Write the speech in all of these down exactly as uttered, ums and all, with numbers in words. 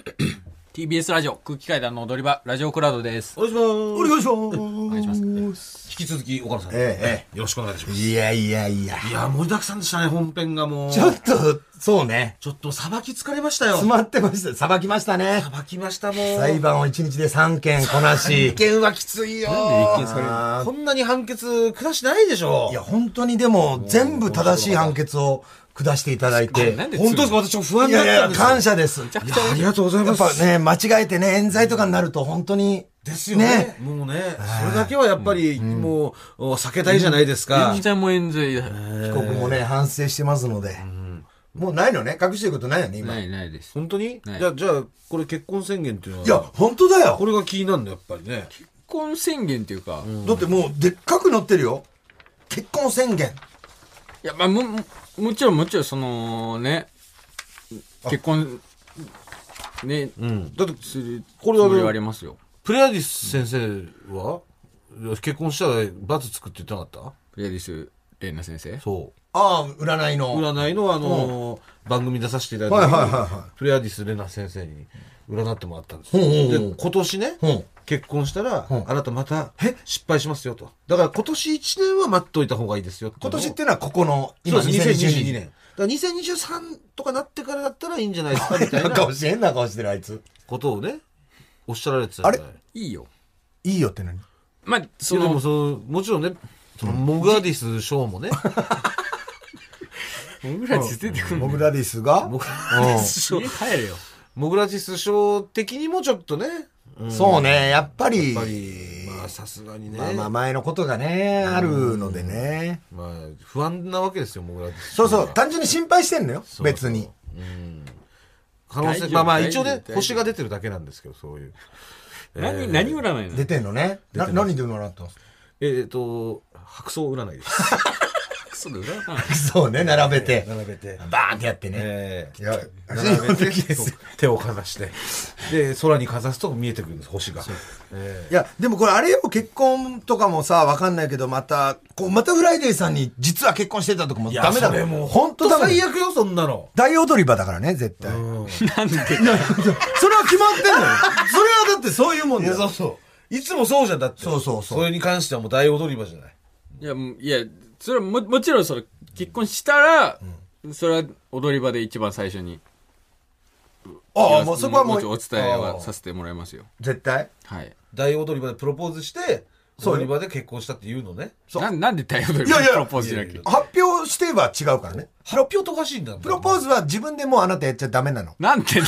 ティービーエス ラジオ空気階段の踊り場ラジオクラウドです。 お願いします。 お願いします。 お願いします。 引き続き岡野さん、 ええ、 よろしくお願いします。 いやいやいやいや盛りだくさんでしたね。本編がもうちょっとそうね、 ちょっとさばき疲れましたよ。 詰まってました。さばきましたね。 さばきました。もう裁判を一日でさんけんこなし。 さんけんはきついよ。 なんで一見それこんなに判決下してないでしょ。 いや本当にでも全部正しい判決を下していただいて、 なんで本当ですか。私も不安いだったんですよ。 やいや感謝です。 いやありがとうございやっます。 ぱね間違えてね冤罪とかになると本当にですよね。もうねそれだけはやっぱりもう避けたいじゃないですか。 冤罪も冤罪だ。 被告もね反省してますので、もうないのね、隠してることないよね今。 ないないです。 本当に。 はいじゃあじゃあこれ結婚宣言っていうのは。 いや本当だよ。 これが気になるんだやっぱりね。 結婚宣言っていうか、いだってもうでっかく載ってるよ、結婚宣言。 やまあもももちろんもちろんそのね結婚ねうん。だってするこれはつもりはありますよ。 プレアディス先生は結婚したら罰つくって言ってなかっプレディスレイナ先生。 た？そああ占いのう。占いのあのー番組出させていただいたはい時にはいはいはプレアディスレナ先生に占ってもらったんですよ。 ほうほうほうで今年ね、 うん結婚したら、 うんあなたまたえ失敗しますよと。だから今年いちねんは待っといた方がいいですよっていうのを。 今年っていうのはここのそうです。にせんにじゅうににねん。だからにせんにじゅうさんとかなってからだったらいいんじゃないですかみたい変なな顔して変な顔してるあいつ。 ことをねおっしゃられてたじゃない。 あいいよ。 いいよって何？ まあそいやでものそのもちろんね、そのモグラディスショーもね、 モグラディス出てくるモグラディスがモグラディスショ家ー、 帰れよ。 モグラディスショー的にもちょっとね、 うんそうねやっぱりやっぱりまあさすがにね、 まあまあ前のことがねあるのでね、 まあ不安なわけですよモグラディスショーは。 そうそう単純に心配してんのよそうそう別に。 うん可能性大丈夫まあまあ大丈夫一応ね大丈夫星が出てるだけなんですけどそういう。 何えー何占いなの？ 出てんのね。な出てます何で占ったんですか？ えっと白装占いです。 そうだよな。 そうね並べて並べて。 バーンってやってね。 えーいや並べて手をかざしてで空にかざすと見えてくるんです星が。えいやでもこれあれよ結婚とかもさわかんないけどまたこうまたフライデーさんに実は結婚してたとかもーいやダメだそれもう本当ダメだ最悪よそんなの。 大踊り場だからね絶対。 なんで？ それは決まってんのよ。それはだってそういうもんいだよ。 やそうそういつもそうじゃんだって。 そうそうそうそれに関してはもう大踊り場じゃない。 いやもういやそれはももちろんそれ結婚したら、それは踊り場で一番最初に。 ああもうそこはもうお伝えはさせてもらいますよ。 絶対。 はい。 大踊り場でプロポーズしてそう踊り場で結婚したっていうのね。 そうななんで大踊りいやいや場でプロポーズしなきゃ。 発表しては違うからね。 発表とおかしいんだ。 プロポーズは自分でもうあなたやっちゃダメなの。 なんでだよ。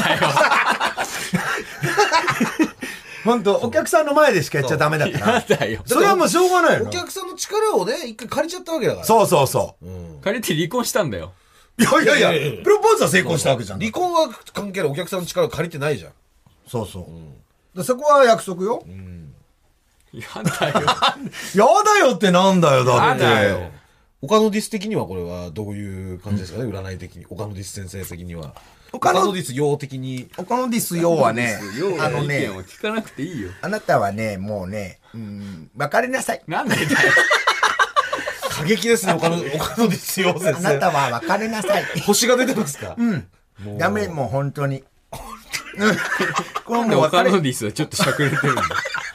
本当お客さんの前でしかやっちゃダメだから。 やだよ。 それはもうしょうがないの。 お客さんの力をね一回借りちゃったわけだから。 そうそうそうん借りて離婚したんだよ。 う。いやいやいやいやいやいやプロポーズは成功したわけじゃん。 離婚は関係ない。お客さんの力を借りてないじゃん。 そうそう。でそこは約束よ。 やだよ。 やだよってなんだよだって。 やだよ。 岡野ディス的にはこれはどういう感じですかね、占い的に。岡野ディス先生的には。 岡野岡野ディス用的に。 他のディス要はね要は意あのね見を聞かなくていいよ。 あなたはねもうねうん別れなさい。 なんでだよ。 過激ですね、岡野、岡野ディス用先あなた生。 は別れなさい。 星が出てますか。 うんもうダメもう本当に。これでもう別れ他のディスはちょっとしゃくれてるんだ。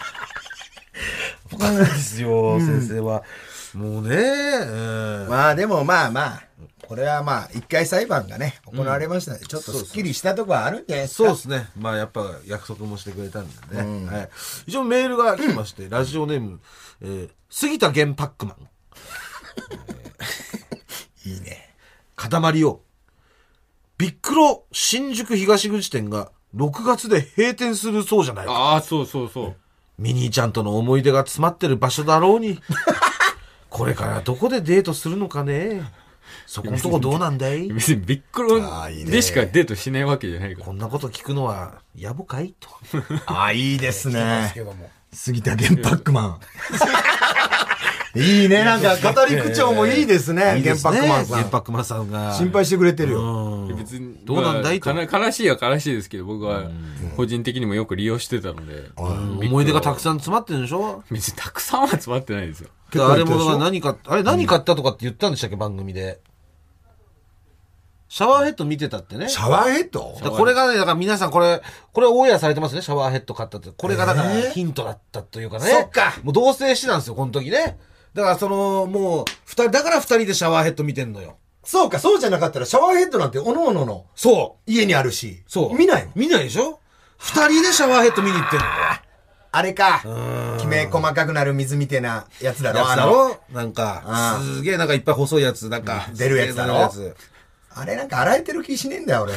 岡野ディス用先生は、もうね、うんまあでもまあまあこれはまあ一回裁判がね行われましたのでちょっとすっきりしたところはあるんじゃないですか。 そうですね。まあやっぱ約束もしてくれたんでね。はい。一応メールが来てまして、ラジオネーム、えー、杉田玄パックマン。 いいね。 塊を。ビックロ新宿東口店がろくがつで閉店するそうじゃないか。 ああ、そうそうそう。 ミニーちゃんとの思い出が詰まってる場所だろうに。これからどこでデートするのかね。そこのとこどうなんだい。 別にビックロあーいいねでしかデートしないわけじゃないから。 こんなこと聞くのは野暮かいと。 ああいいですね。 けども。 杉田玄パックマン。いいねなんか語り口調もいいですね。玄パックマンさん。 玄パックマンさんが。 心配してくれてるよ。 うん別にどうなんだいとまあかな悲しいは悲しいですけど、僕は個人的にもよく利用してたので、 思い出がたくさん詰まってるんでしょ。 別にたくさんは詰まってないですよ。 結構あれもやってるでしょ何か、あれ何買ったとかって言ったんでしたっけ、番組で。 シャワーヘッド見てたってね。 シャワーヘッドだからこれがね、だから皆さんこれ、これオンエアされてますね、シャワーヘッド買ったって。これがだからヒントだったというかね。 そっか。 もう同棲してたんですよ、この時ね。だからその、もう、二人、だから二人でシャワーヘッド見てんのよ。 そうか、そうじゃなかったらシャワーヘッドなんておのおののそう。 家にあるし。 そう。 見ないもん。 見ないでしょ？二人でシャワーヘッド見に行ってんのよ。 あれか。きめ細かくなる水みたいなやつだろ。 やつだろなんか、すげえなんかいっぱい細いやつ、なんか。 出るやつだろ。あれなんか洗えてる気しねえんだよ、俺。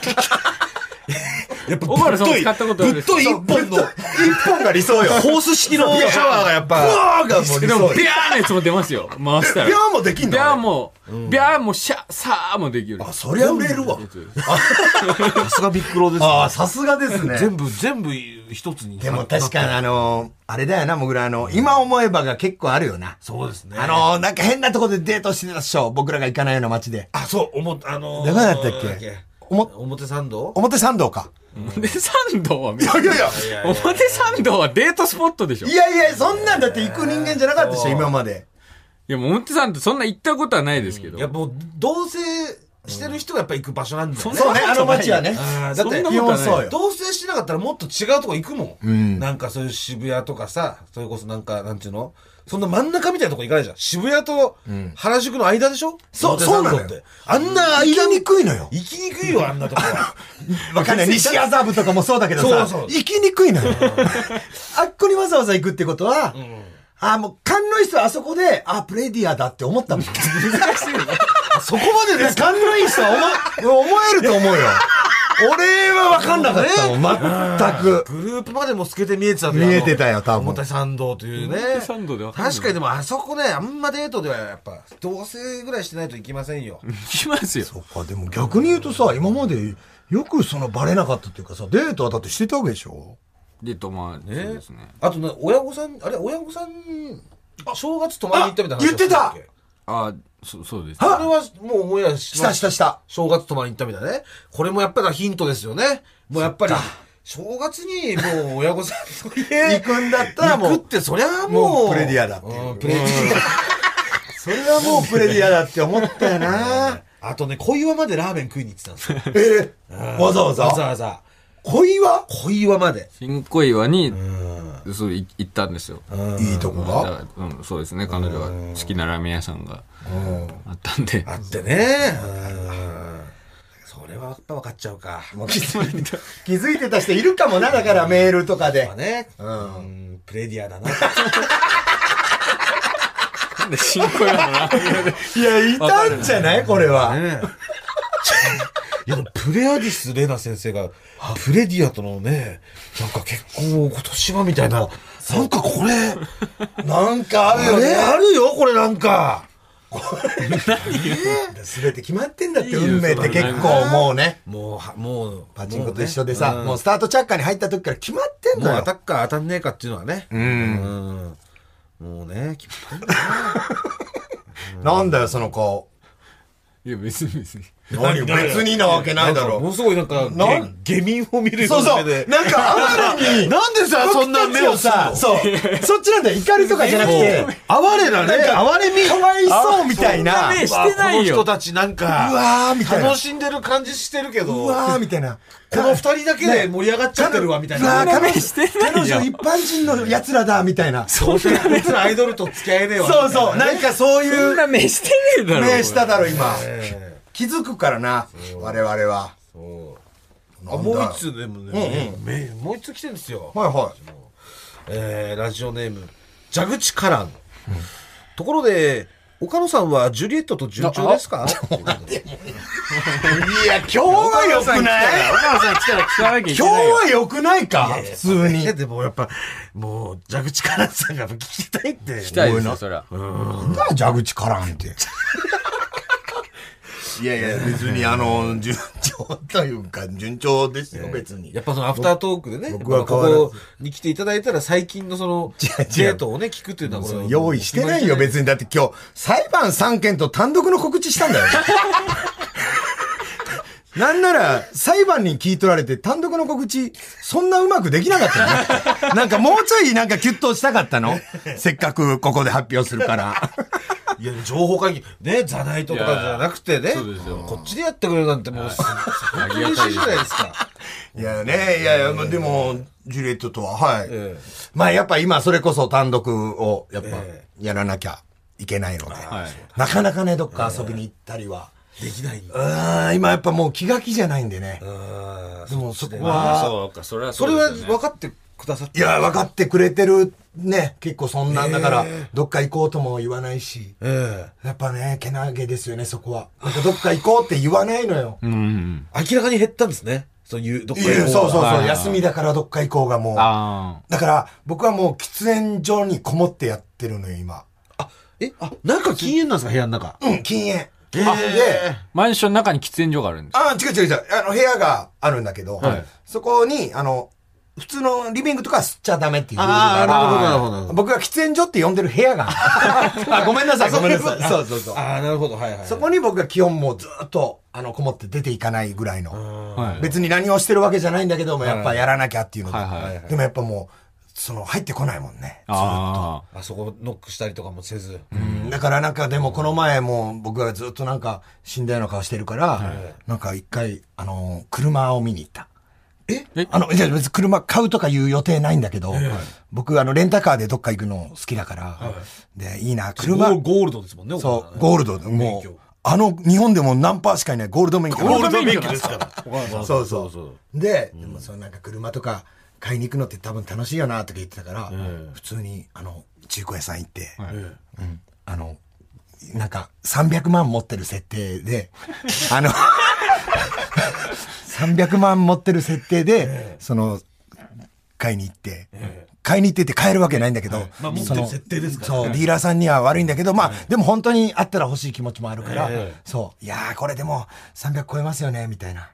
やっぱ、小原さんも使ったことあるんですぶっとい一本の、 一本が理想よ。 ホース式のシャワーがやっぱ。 ブワーがもう理想でも、ビャーのやつも出ますよ。回したら。 ビャーもできんのビャーも、ビャーもシャ、サーもできる。 あ、そりゃ売れるわ。 さすがビックロですね。 ああ、さすがですね。 全部、全部一つに。 でも確かにあの、あれだよな、もぐら、あの、今思えばが結構あるよな。 そうですね。 あの、なんか変なとこでデートしてたっしょ。僕らが行かないような街で。 あ、そう、おも、あのー、 どこだったっけおも、 表参道表参道か。 表参道は、 いやいやいや。 表参道はデートスポットでしょ。 いやいや、そんなんだって行く人間じゃなかったでしょ、今まで。 いや、もう表参道そんな行ったことはないですけど。 いや、もう、同棲してる人がやっぱ行く場所なんだよね。 そうね、あの街はね。 あだって、 基本そうよ。 同棲してなかったらもっと違うとこ行くもん。うん、なんかそういう渋谷とかさ、それこそなんか、なんていうのそんな真ん中みたいなとこ行かないじゃん。渋谷と原宿の間でしょ、うん、 そう、そうなのよ。あんな間行きにくいのよ。 行きにくいよ、あんなとこは。 わかんない。西麻布とかもそうだけどさ、そうそう行きにくいのよ。あっこにわざわざ行くってことは、うん、あ、もう、勘のいい人はあそこで、あ、プレディアだって思ったもん。難しいよ。そこまでね、勘のいい人は思、思えると思うよ。俺は分かんなかったもん、全く。 グループまでも透けて見えてた見えてたよ、多分。 表参道というね。 表参道で分かんない。 確かにでもあそこね、あんまデートではやっぱ、同棲ぐらいしてないといけませんよ。 行きますよ。 そっか、でも逆に言うとさ、今までよくそのバレなかったっていうかさ、デートはだってしてたわけでしょ？ デート、まあ、ね、そうですね。 あとね、親御さん、あれ、親御さん、正月泊まりに行ったみたいな話。 言ってたあ、そ、そうです。 それはもうオンエアししたしたした。 正月泊まりに行ったみたいなね。これもやっぱりヒントですよね。もうやっぱり、正月にもう親御さんの家行くんだったらもう。 行くってそりゃもう。 もうプレディアだっていう。うん、プレディア。それはもうプレディアだって思ったよな。 あとね、小岩までラーメン食いに行ってたんですよ。 ええわざわざわざわざ。 小岩小岩まで。 新小岩に、そう、行ったんですよ。 いいとこがうん、そうですね。彼女が好きなラーメン屋さんがあったんで。 あってね。それはやっぱ分かっちゃうか。 もう気づいて、気づいてた人いるかもな、だからメールとかで。 ね。うん。プレディアだな。 なんで新小岩のラーメン屋で。 いや、いたんじゃないこれは。 ねいや、プレアディス・レナ先生が、プレディアとのね、なんか結婚を今年はみたいな、なんかこれ、 なんかあるよね。 あるよ、これなんか。 すべて決まってんだって、運命って結構もうね。 もう、もう、 パチンコと一緒でさ、もうスタートチャッカーに入った時から決まってんのよ。 もう当たっか当たんねえかっていうのはね。 うん。 もうね、決まってんだな。なんだよ、その顔。 いや、別に別に。 何別になわけないだろ。 ものすごいなんか、下民を見るような目で。 なんか、哀れに。 なんでさ、そんな目をさ、 そう。そっちなんだよ。怒りとかじゃなくて。 哀れだね。哀れみ。 かわいそうみたいな。 目してないよ。 この人たちなんか、 うわーみたいな。 楽しんでる感じしてるけど。 うわーみたいな。 この二人だけで盛り上がっちゃってるわ、みたいな。 うわー、彼女一般人の奴らだ、みたいな。 そうしてあいつらアイドルと付き合えねえわ。 そうそう。なんかそういう。 そんな目してねえだろ。 目しただろ、今。気づくからな、我々は。 そう。あ、もう一つでもね、もう一つ来てるんですよ。 はいはい。 えー、ラジオネーム、蛇口カラン。ところで、岡野さんはジュリエットと順調ですか？いや、今日は良くない？ 岡野さん来たら聞かなきゃいけ今ない。 日は良くないか？普通に。 でもやっぱ、もう、蛇口カランさんが聞きたいって。聞きたいですよ、そりゃ。 なんだ、蛇口カランって。いやいや、別にあの、順調というか、順調ですよ、別に。 やっぱそのアフタートークでね、 僕はここに来ていただいたら最近のその、デートをね、聞くっていうのはこれ用意してないよ、別に。だって今日、裁判さんけんと単独の告知したんだよ。なんなら、裁判に聞い取られて単独の告知、そんなうまくできなかったのなんかもうちょいなんかキュッとしたかったのせっかくここで発表するから。 いいや、情報会議、ね、ザナイトとかじゃなくてね、 そうですよこっちでやってくれるなんてもう、本当に嬉しいじゃないですか。 いやね、いやいや、まあでも、ジュリエットとは、はい。 ええ、 まあやっぱ今それこそ単独を、やっぱえ、 やらなきゃいけないので、 はいなかなかね、どっか遊びに行ったりは、 できないんうだ。 ーん、今やっぱもう気が気じゃないんでね。 うんでもそこまは、 あそうか、それはそれはですよね分かってくださっていや、分かってくれてるね、結構そんなんだから、どっか行こうとも言わないし、 ええ、 やっぱね、けなげですよね、そこは。なんかどっか行こうって言わないのよ。 うんうん明らかに減ったんですね。そういう、どっかいや行こそうそうそう、 はい休みだからどっか行こうがもう。 あだから、僕はもう喫煙所にこもってやってるのよ、今。 あ、え、あ、中禁煙なんですか、部屋の中。 うん、禁煙。禁煙で、 あマンションの中に喫煙所があるんですあ、違う違う違う、あの、部屋があるんだけど、 はいそこに、あの、普通のリビングとかは吸っちゃダメっていうルールがああ、 ある。 なるほど、なるほどなるほど。 僕が喫煙所って呼んでる部屋がある。あ、ごめんなさい、ごめんなさい。そうそうそう。 ああ、なるほど、はいはいはい。 そこに僕が基本もうずっと、あの、こもって出ていかないぐらいの。 はい別に何をしてるわけじゃないんだけども、やっぱやらなきゃっていうので。 はいはいでもやっぱもう、その、入ってこないもんね。 ああそこノックしたりとかもせず。 うんだからなんかでもこの前もう僕がずっとなんか死んだような顔してるから、なんか一回、あの、車を見に行った。 ええあの、いや別に車買うとかいう予定ないんだけど、僕あのレンタカーでどっか行くの好きだから、で、いいな、車、 ゴーゴールドですもんね、 そう、ゴールド、も免許う、あの、日本でも何パーしかいないゴールド免許。 ゴールド免許ですから。 そうそう。で、でもそのなんか車とか買いに行くのって多分楽しいよなとか言ってたから、普通にあの、中古屋さん行って、うん、あの、なんかさんびゃくまん持ってる設定で、あの、さんびゃくまん持ってる設定で、その、買いに行って、買いに行ってって買えるわけないんだけど、 まあ持ってそのる設定ですからねそう、ディーラーさんには悪いんだけど、まあ、でも本当にあったら欲しい気持ちもあるから、そう、いやーこれでもさんびゃく超えますよね、みたいな。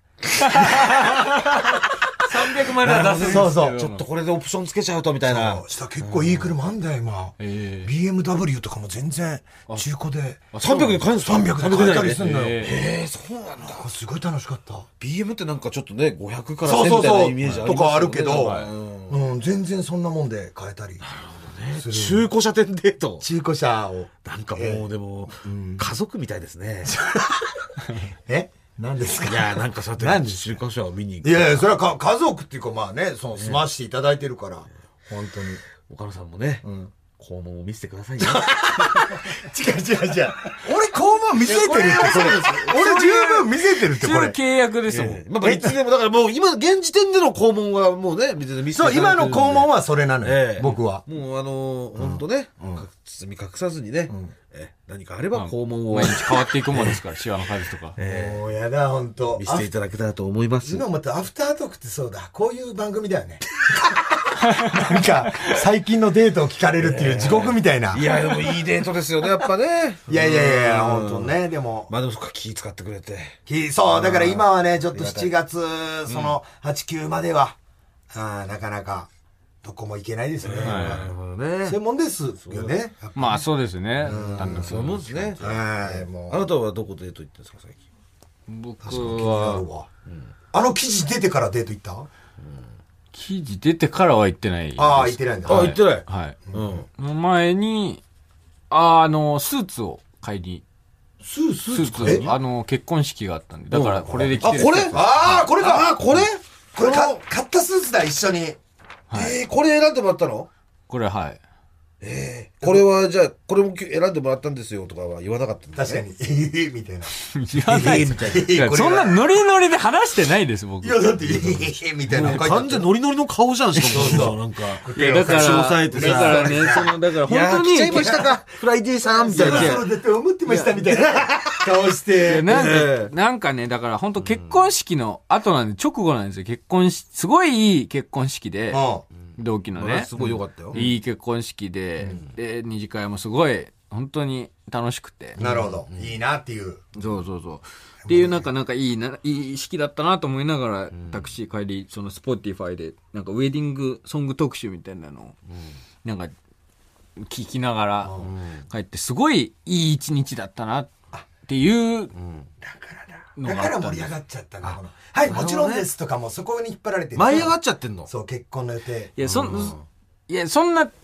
さんびゃくまでは出せるんですけどそうそうちょっとこれでオプションつけちゃうとみたいなそう。したら結構いい車あんだよ、今。 ええビーエムダブリュー とかも全然中古で。 さんびゃくで買えるんですか？ さんびゃくで買えたりするのよ。 えええ、そうなんだ。 すごい楽しかった。 ビーエム ってなんかちょっとね、ごひゃくからそうせんみたいなそうそう。 イメージありますよね。 とかあるけど、 はいうん、全然そんなもんで買えたりする。 中古車店デート。 中古車を。 なんかもうでも、家族みたいですね。 え何ですか？ いや、なんかそうやって何です中古車を見に行く。 いやいや、それはか家族っていうかまあね、その済ましていただいてるから、本当に。 岡野さんもね、肛門を見せてくださいよ。 違う違う違う。俺肛門見せてるってこれ。俺十分見せてるってこれ。 そういう契約ですもん。 まあまあいつでも、だからもう今、現時点での肛門はもうね、見せて見せてそう、今の肛門は、 はそれなのよ、 ええ僕は。 もうあのー、ほんとね、か包み隠さずにね、え何かあれば肛門を毎日変わっていくもんですから、シワの数とか。 もうやだ、ほんと。 見せていただけたらと思います。 今またアフタートークってそうだ。こういう番組だよね。なんか、最近のデートを聞かれるっていう地獄みたいな。 いや、でもいいデートですよね、やっぱね。 いやいやいやいや、 うんほんとね、でも。 まあでもそっか、気使ってくれて。 きそう、だから今はね、ちょっとしちがつ、その、はち、きゅうまでは、あーなかなか、どこも行けないですね。 なるほどねそういうもんですよね。 まあそうですね。単独そういうもんですね。 はい、もう。 あなたはどこデート行ってんですか、最近。 僕気になるは、 わ。あの記事出てからデート行った記事出てからは行ってないです。 ああ、行ってないんだ。 あ、行ってない。 はい。 うん。 前に、あの、スーツを買いに、 スーススーツえーツを、あの、結婚式があったんで、だからこれで着あ、 てる。 これああ、これかあ、これこれか、買ったスーツだ、一緒に。 えー、これ選んでもらったの？ これはい。 えー、これはじゃあ、これも選んでもらったんですよとかは言わなかったんです確かね。 に。ええみたいな。 言わないです。いやそんなノリノリで話してないです、僕。 いや、だって、ええみたいな。 完全ノリノリの顔じゃん、しかも。そうなんか。 いや、だから、 腰押さえてさだからね、その、だから本当に、 いや来ちゃいましたか、フライデーさんみたいな。 そうだって思ってましたみたいな顔しいやて。 なんか、 ええなんかね、だから本当結婚式の後なんで、直後なんですよ。結婚し、すごいいい結婚式で、同期のね。 すごい良かったよ。 いい結婚式で、で、二次会もすごい、本当に楽しくて。 なるほど。いいなっていう。 そうそうそう。っていうなんか、なんかいいな、いい式だったなと思いながら、タクシー帰り、そのスポーティファイで、なんかウェディングソング特集みたいなのを、なんか、聞きながら帰って、すごいいい一日だったなっていうのだがあったんです。 から盛り上がっちゃったんだ、この。はい、もちろんですとかもそこに引っ張られてる。 舞い上がっちゃってんの？ そう、結婚の予定。 いや、そん、いや、そんな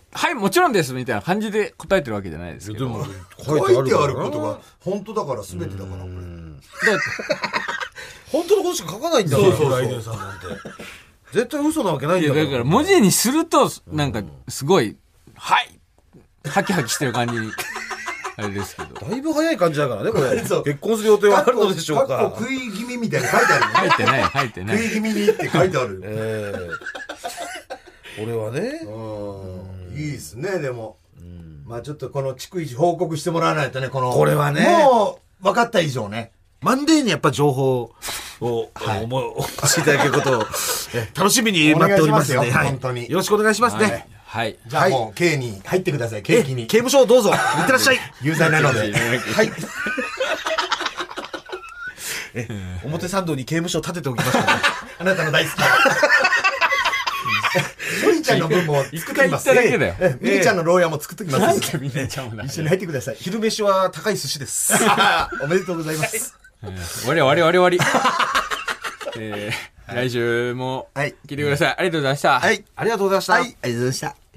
はい、もちろんですみたいな感じで答えてるわけじゃないですけど。 でも書いてあるからことが本当だから全てだから、これ。 本当のことしか書かないんだからライデンさんなんて絶対嘘なわけないんだから。 いやだから文字にするとなんかすごい、はいハキハキしてる感じにあれですけど。 だいぶ早い感じだからねこれ。 そう結婚する予定はあるのでしょうか。 かっこ食い気味みたいに書いてあるよね。 入ってない入ってない。 食い気味にって書いてある。 ええ俺はね。 うんいいですね、でも。まあちょっとこの逐一報告してもらわないとね、この。 これはねもう分かった以上ね。 マンデーにやっぱ情報を、 はい思いお越しいただけることをえ楽しみに待っておりますので、 お願いしますよはい本当によろしくお願いしますね。 はいはい。 じゃあもう、刑に入ってください、刑期に。 刑務所どうぞ行ってらっしゃい。 有罪なので。はい。 え表参道に刑務所を建てておきましたね。 あなたの大好きな。みりちゃんの分も作ってきます。 一回行っただけだよええみりちゃんの牢屋も作ってきます。 なんでみんなちゃうんだ。 一緒に入ってください。 昼飯は高い寿司です。 おめでとうございます。 終わり終わり終わり終わり。えー来週もはい聞いてください。ありがとうございました。 はいありがとうございました。 はい、ありがとうございました。